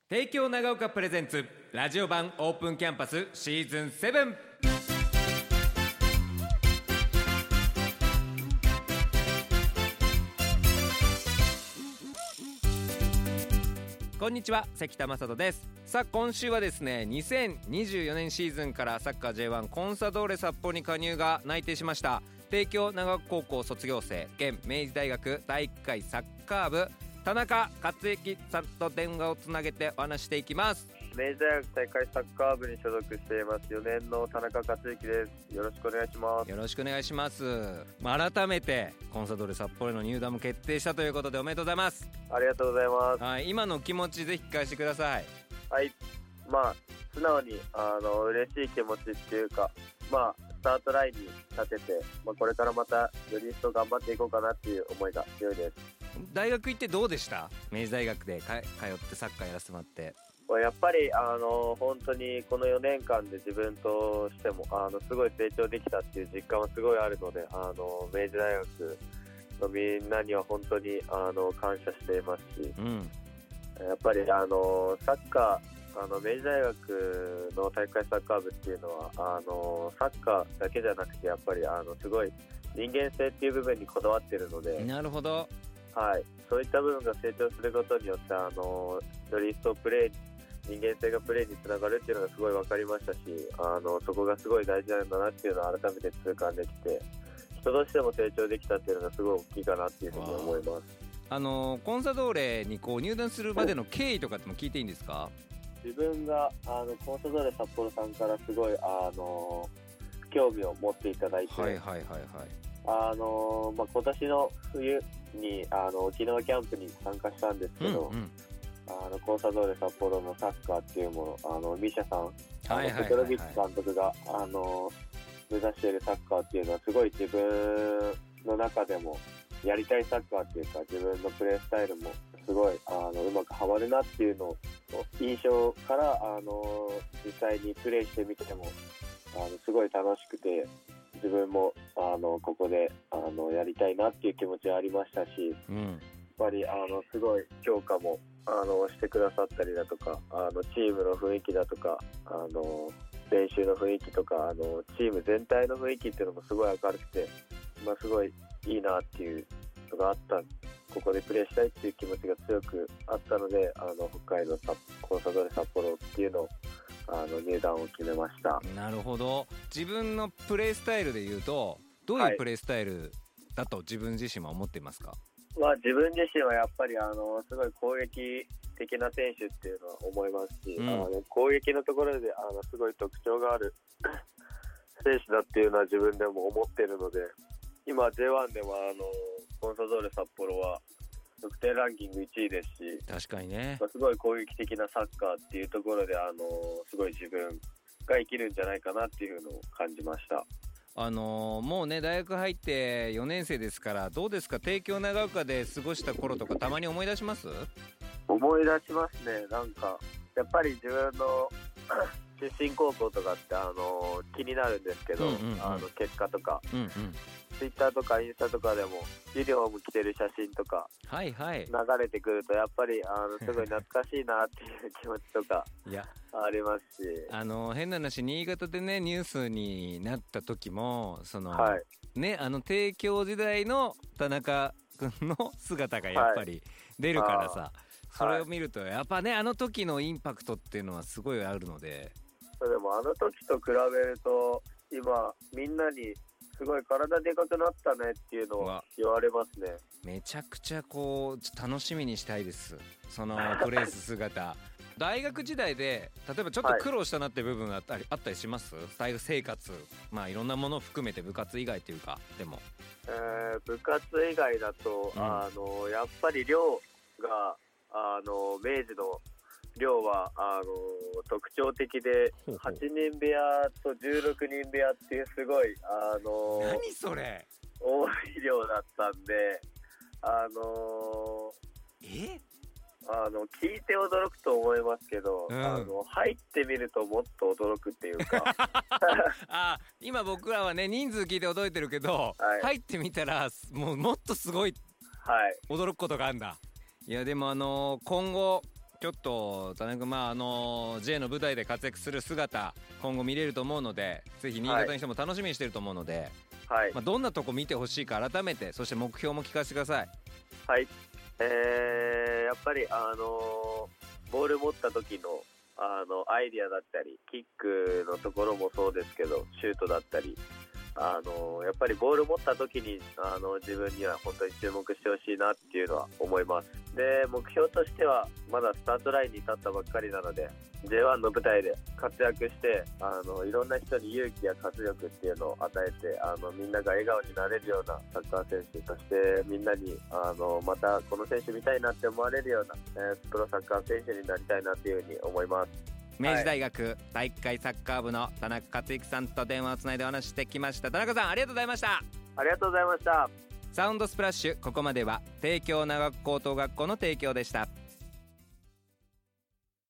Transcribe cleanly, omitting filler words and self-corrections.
帝京長岡プレゼンツラジオ版オープンキャンパスシーズン7。こんにちは、関田正人です。さあ今週はですね、2024年シーズンからサッカー J1 コンサドーレ札幌に加入が内定しました帝京長岡高校卒業生、現明治大学体育会サッカー部田中克之さんと電話をつなげてお話していきます。 明治大学体育会サッカー部に所属しています4年の田中克之です。よろしくお願いします。 よろしくお願いします。改めてコンサドーレ札幌への入団も決定したということでおめでとうございます。 ありがとうございます。 はい、今の気持ちぜひ聞かせてください。 はい、素直に嬉しい気持ちっていうか、スタートラインに立てて、これからまたより一層頑張っていこうかなっていう思いが強いです。 大学行ってどうでした？明治大学で通ってサッカーやらせてもらって。 やっぱり本当にこの4年間で自分としてもすごい成長できたっていう実感はすごいあるので、明治大学のみんなには本当に感謝していますし、やっぱりサッカー明治大学の体育会サッカー部っていうのはサッカーだけじゃなくてやっぱりすごい人間性っていう部分にこだわっているので。 なるほど。 はい、そういった部分が成長することによってより一層人間性がプレーにつながるっていうのがすごい分かりましたし、そこがすごい大事なんだなっていうのを改めて痛感できて、人としても成長できたっていうのがすごい大きいかなっていうふうに思います。 コンサドーレに入団するまでの経緯とかっても聞いていいんですか？ 自分がコンサドーレ札幌さんからすごい興味を持っていただいて、今年の冬に沖縄キャンプに参加したんですけど、コンサドーレ札幌のサッカーっていうものミシャさん、ペトロビッチ監督が目指しているサッカーっていうのはすごい自分の中でもやりたいサッカーっていうか、自分のプレースタイルもすごいうまくはまるなっていうの印象から実際にプレーしてみてもすごい楽しくて、自分もここでやりたいなっていう気持ちはありましたし、やっぱりすごい評価もしてくださったりだとか、チームの雰囲気だとか練習の雰囲気とかチーム全体の雰囲気っていうのもすごい明るくて、すごいいいなっていうのがあった。ここでプレーしたいっていう気持ちが強くあったので、北海道コンサドーレ札幌っていうのを入団を決めました。 なるほど。自分のプレースタイルでいうとどういうプレースタイルだと自分自身は思っていますか？ 自分自身はやっぱりすごい攻撃的な選手っていうのは思いますし、攻撃のところですごい特徴がある選手だっていうのは自分でも思っているので、今 J1 でもコンサドーレ札幌は得点ランキング1位ですし、 確かにね、 すごい攻撃的なサッカーっていうところですごい自分が生きるんじゃないかなっていうのを感じました。 もうね大学入って4年生ですから、どうですか？帝京長岡で過ごした頃とかたまに思い出します？ 思い出しますね。なんかやっぱり自分の出身高校とかって気になるんですけど、結果とか、ツイッターとかインスタとかでもユニフォーム着てる写真とか流れてくると、やっぱりすごい懐かしいなっていう気持ちとかありますし、 変な話、新潟でねニュースになった時も帝京時代の田中君の姿がやっぱり出るからさ、それを見るとやっぱね時のインパクトっていうのはすごいあるので。 でも時と比べると今みんなにすごい体でかくなったねっていうのを言われますね。 めちゃくちゃ楽しみにしたいです、そのプレース姿大学時代で例えばちょっと苦労したなって部分あったりします？大学生活いろんなものを含めて部活以外というか。でも部活以外だと、やっぱり寮が明治の寮は特徴的で、8人部屋と16人部屋っていうすごい何それ多い寮だったんで、聞いて驚くと思いますけど、入ってみるともっと驚くっていうか今僕らはね人数聞いて驚いてるけど、入ってみたらもっとすごい、驚くことがあるんだ。いやでも今後ちょっと田中君、J の舞台で活躍する姿今後見れると思うので、ぜひ新潟の人も楽しみにしてると思うので、はい、どんなとこ見てほしいか改めて、そして目標も聞かせてください。 はい、やっぱりボール持った時のアイディアだったり、キックのところもそうですけど、シュートだったり、やっぱりボール持った時に自分には本当に注目してほしいなっていうのは思います。で、目標としてはまだスタートラインに立ったばっかりなので、 J1 の舞台で活躍していろんな人に勇気や活力っていうのを与えて、みんなが笑顔になれるようなサッカー選手として、みんなにまたこの選手見たいなって思われるような、プロサッカー選手になりたいなっていうふうに思います。 明治大学体育会サッカー部の田中克之さんと電話をつないでお話してきました。田中さん、ありがとうございました。 ありがとうございました。 サウンドスプラッシュ、ここまでは帝京長高等学校の提供でした。